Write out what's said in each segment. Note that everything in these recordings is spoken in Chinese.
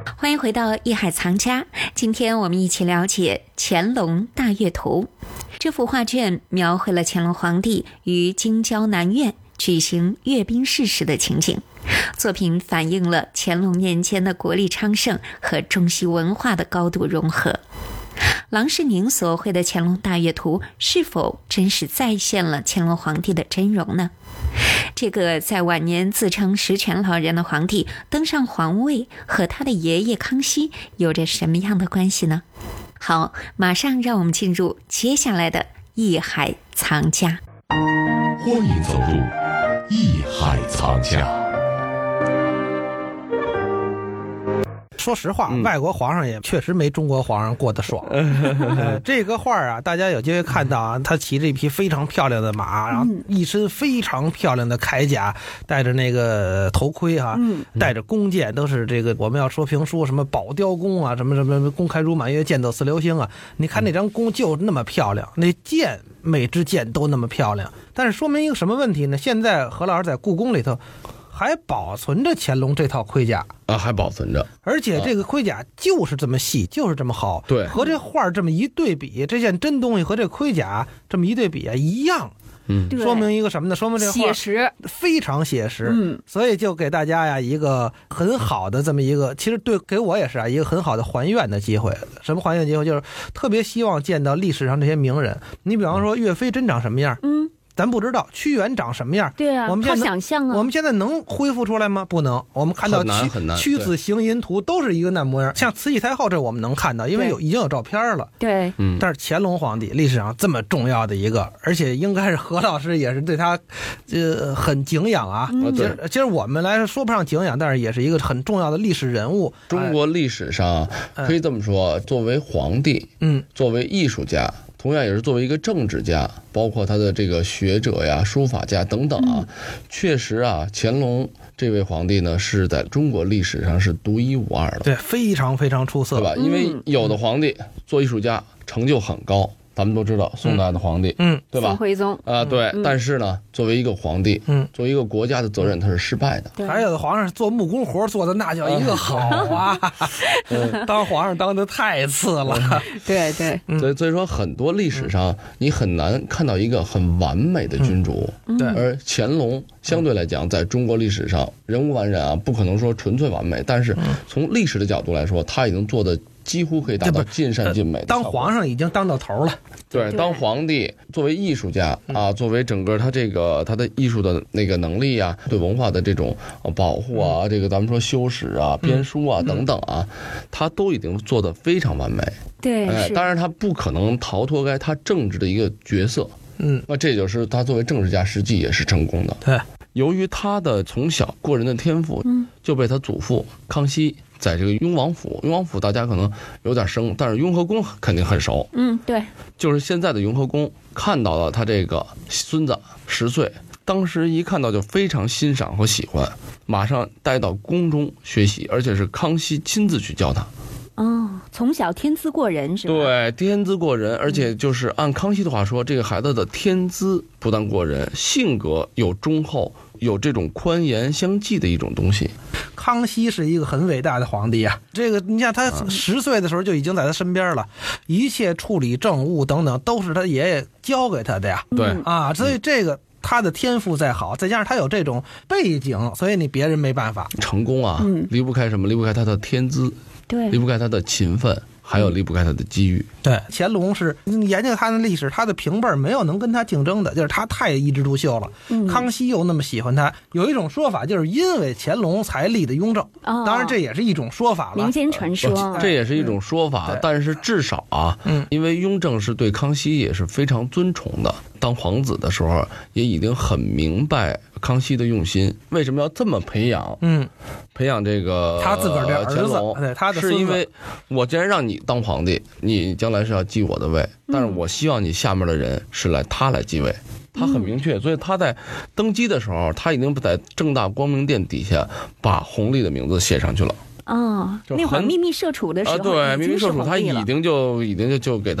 欢迎回到艺海藏家，今天我们一起了解乾隆大阅图。这幅画卷描绘了乾隆皇帝于京郊南苑举行阅兵式时的情景，作品反映了乾隆年间的国力昌盛和中西文化的高度融合。郎世宁所绘的乾隆大阅图是否真实再现了乾隆皇帝的真容呢？这个在晚年自称十全老人的皇帝登上皇位和他的爷爷康熙有着什么样的关系呢？好，马上让我们进入接下来的艺海藏家。 欢迎走入艺海藏家。 说实话，外国皇上也确实没中国皇上过得爽。这个画啊，大家有机会看到啊，他骑着一匹非常漂亮的马，然后一身非常漂亮的铠甲，戴着那个头盔哈，带着弓箭，都是这个我们要说评书什么宝雕弓啊，什么什么弓开如满月，箭走似流星啊。你看那张弓就那么漂亮，那箭每支箭都那么漂亮，但是说明一个什么问题呢？现在何老师在故宫里头还保存着乾隆这套盔甲啊，还保存着， 而且这个盔甲就是这么细，就是这么好， 对， 和这画这么一对比，这件真东西和这盔甲这么一对比啊，一样。说明一个什么呢？说明这画写实， 非常写实。所以就给大家呀一个很好的这么一个，其实对给我也是啊一个很好的还愿的机会。什么还愿机会？就是特别希望见到历史上这些名人。你比方说岳飞真长什么样？咱不知道屈原长什么样， 对啊， 我们现在想象啊， 我们现在能恢复出来吗？不能。我们看到屈子行吟图都是一个那模样，像慈禧太后这我们能看到，因为已经有照片了。 对， 但是乾隆皇帝历史上这么重要的一个，而且应该是何老师也是对他很敬仰啊。其实我们来说不上敬仰，但是也是一个很重要的历史人物。 中国历史上可以这么说，作为皇帝，作为艺术家，同样也是作为一个政治家，包括他的这个学者呀、书法家等等啊，确实啊，乾隆这位皇帝呢是在中国历史上是独一无二的， 对，非常非常出色， 对吧？因为有的皇帝做艺术家成就很高。咱们都知道宋代的皇帝，对吧？ 宋徽宗啊，对。但是呢，作为一个皇帝，作为一个国家的责任，他是失败的。 还有的皇上做木工活做的那叫一个好啊，当皇上当的太次了。 对对， 所以说很多历史上你很难看到一个很完美的君主， 对。 而乾隆相对来讲，在中国历史上人无完人啊，不可能说纯粹完美，但是从历史的角度来说，他已经做的几乎可以达到尽善尽美的。 当皇上已经当到头了。 对，当皇帝作为艺术家啊，作为整个他的艺术的那个能力啊，对文化的这种保护啊，这个咱们说修史啊、编书啊等等啊，他都已经做得非常完美。 对， 当然他不可能逃脱开他政治的一个角色。那这就是他作为政治家实际也是成功的。 对， 由于他的从小过人的天赋，就被他祖父康熙在这个雍王府大家可能有点生，但是雍和宫肯定很熟。 对， 就是现在的雍和宫看到了他这个孙子10岁，当时一看到就非常欣赏和喜欢，马上带到宫中学习，而且是康熙亲自去教他。 从小天资过人是吧？ 对，天资过人，而且就是按康熙的话说，这个孩子的天资不但过人，性格有忠厚，有这种宽严相济的一种东西。 康熙是一个很伟大的皇帝啊，这个你像他10岁的时候就已经在他身边了，一切处理政务等等都是他爷爷教给他的呀。 对啊，所以这个他的天赋再好，再加上他有这种背景，所以你别人没办法。 成功啊，离不开什么？离不开他的天资， 对， 离不开他的勤奋，还有离不开他的机遇。 对，乾隆是研究他的历史，他的平辈没有能跟他竞争的，就是他太一枝独秀了。康熙又那么喜欢他，有一种说法就是因为乾隆才立的雍正，当然这也是一种说法了， 民间传说， 这也是一种说法。但是至少啊，因为雍正是对康熙也是非常尊崇的，当皇子的时候也已经很明白康熙的用心，为什么要这么培养？培养这个他自个儿的儿子， 乾隆， 对他的孙子， 是因为我既然让你当皇帝，你将来是要继我的位，但是我希望你下面的人是他来继位。他很明确，所以他在登基的时候，他已经在正大光明殿底下把弘历的名字写上去了。 那会儿秘密社处的时候， 对，秘密社处他已经就给他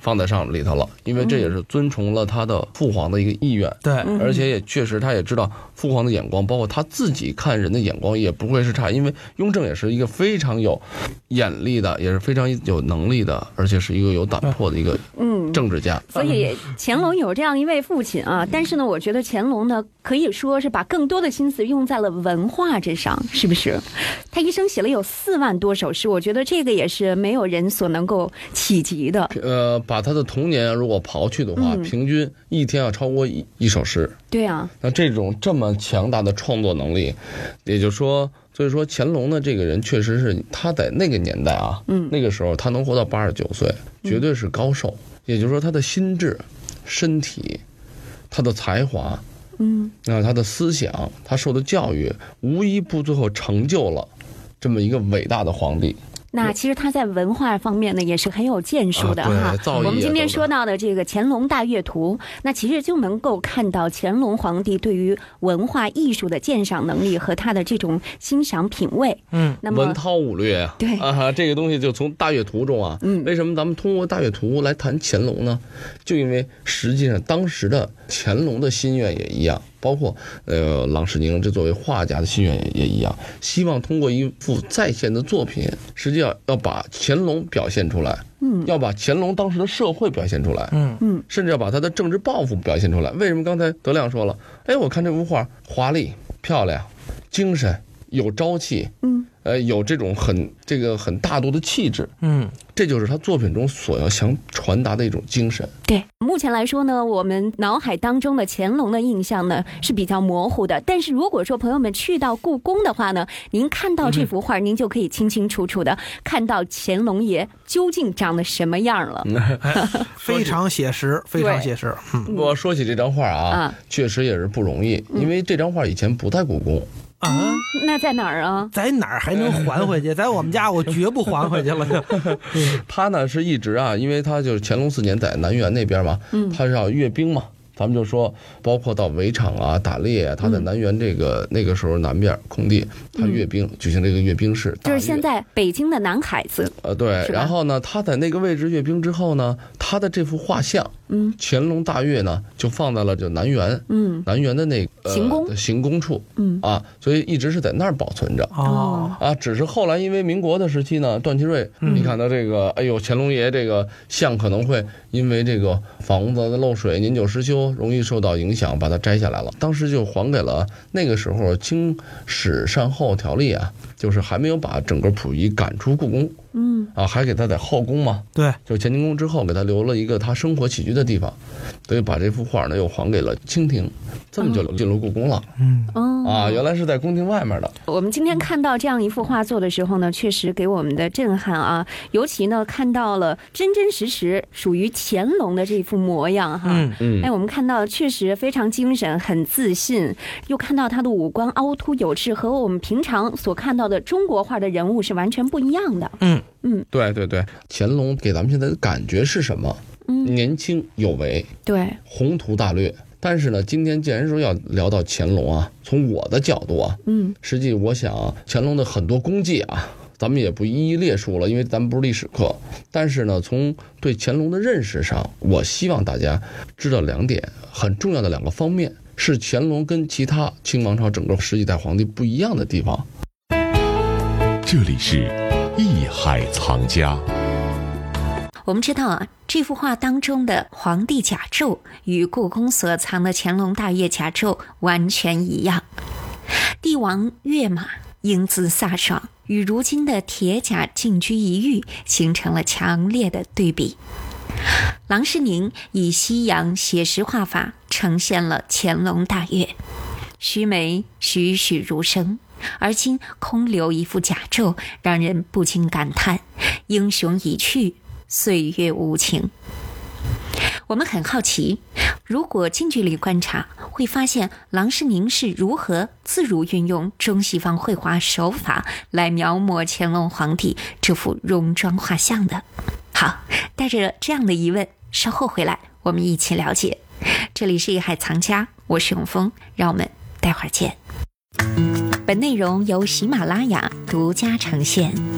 放在上里头了，因为这也是遵从了他的父皇的一个意愿。 对， 而且也确实他也知道父皇的眼光，包括他自己看人的眼光也不会是差，因为雍正也是一个非常有眼力的，也是非常有能力的，而且是一个有胆魄的一个政治家。 所以乾隆有这样一位父亲啊，但是呢，我觉得乾隆呢可以说是把更多的心思用在了文化之上，是不是？他一生写了有4万多首诗，我觉得这个也是没有人所能够企及的。 把他的童年如果刨去的话，平均一天要超过一首诗。 对啊， 那这么强大的创作能力，也就是说，所以说乾隆呢这个人确实是他在那个年代啊，那个时候他能活到89岁，绝对是高寿。也就是说，他的心智、身体、他的才华，他的思想，他受的教育，无一不最后成就了这么一个伟大的皇帝。 那其实他在文化方面呢也是很有建树的哈。我们今天说到的这个《乾隆大阅图》，那其实就能够看到乾隆皇帝对于文化艺术的鉴赏能力和他的这种欣赏品味。那么文韬武略啊， 对啊，这个东西就从《大阅图》中啊，为什么咱们通过《大阅图》来谈乾隆呢？就因为实际上当时的乾隆的心愿也一样。包括郎世宁这作为画家的心愿也一样，希望通过一幅再现的作品，实际上要把乾隆表现出来，要把乾隆当时的社会表现出来，甚至要把他的政治抱负表现出来。为什么刚才德亮说了，我看这幅画华丽、漂亮、精神、有朝气，有这种很大度的气质，这就是他作品中所要想传达的一种精神。 对，目前来说呢，我们脑海当中的乾隆的印象呢是比较模糊的。但是如果说朋友们去到故宫的话呢，您看到这幅画，您就可以清清楚楚的看到乾隆爷究竟长得什么样了。 非常写实，非常写实。 我说起这张画啊，确实也是不容易，因为这张画以前不在故宫。 那在哪儿啊？ 在哪儿还能还回去？在我们家我绝不还回去了。 他呢是一直啊，因为他就是乾隆4年在南园那边嘛，他是要阅兵嘛。咱们就说，包括到围场啊、打猎啊，他在南园那个时候南边空地，他阅兵，举行这个阅兵式， 就是现在北京的南海子。 对。然后呢，他在那个位置阅兵之后呢，他的这幅画像，乾隆大阅呢，就放在了就南园，南园的那个行宫处，所以一直是在那儿保存着。只是后来因为民国的时期呢，段祺瑞，你看到这个，乾隆爷这个像可能会因为这个房子的漏水、年久失修，容易受到影响，把它摘下来了。当时就还给了那个时候清史善后条例啊，就是还没有把整个溥仪赶出故宫，还给他在后宫嘛，对，就乾清宫之后给他留了一个他生活起居的地方，所以把这幅画呢又还给了清廷，这么就进入故宫了。原来是在宫廷外面的。 我们今天看到这样一幅画作的时候呢，确实给我们的震撼啊，尤其呢看到了真真实实属于乾隆的这副模样哈。我们看到确实非常精神，很自信，又看到他的五官凹凸有致，和我们平常所看到的中国画的人物是完全不一样的。 对对对，乾隆给咱们现在的感觉是什么？年轻有为， 对， 宏图大略。但是呢，今天既然说要聊到乾隆啊，从我的角度啊，实际我想乾隆的很多功绩啊，咱们也不一一列述了，因为咱们不是历史课。但是呢，从对乾隆的认识上，我希望大家知道2点很重要的2个方面，是乾隆跟其他清王朝整个10几代皇帝不一样的地方。 这里是艺海藏家。 我们知道啊，这幅画当中的皇帝甲胄与故宫所藏的乾隆大阅甲胄完全一样，帝王跃马，英姿飒爽，与如今的铁甲近居一隅，形成了强烈的对比。郎世宁以西洋写实画法呈现了乾隆大阅，须眉栩栩如生，而今空留一副甲胄，让人不禁感叹英雄已去，岁月无情。我们很好奇，如果近距离观察，会发现郎世宁是如何自如运用中西方绘画手法来描摹乾隆皇帝这幅戎装画像的。好，带着这样的疑问，稍后回来我们一起了解。这里是艺海藏家，我是永峰，让我们待会儿见。本内容由喜马拉雅独家呈现。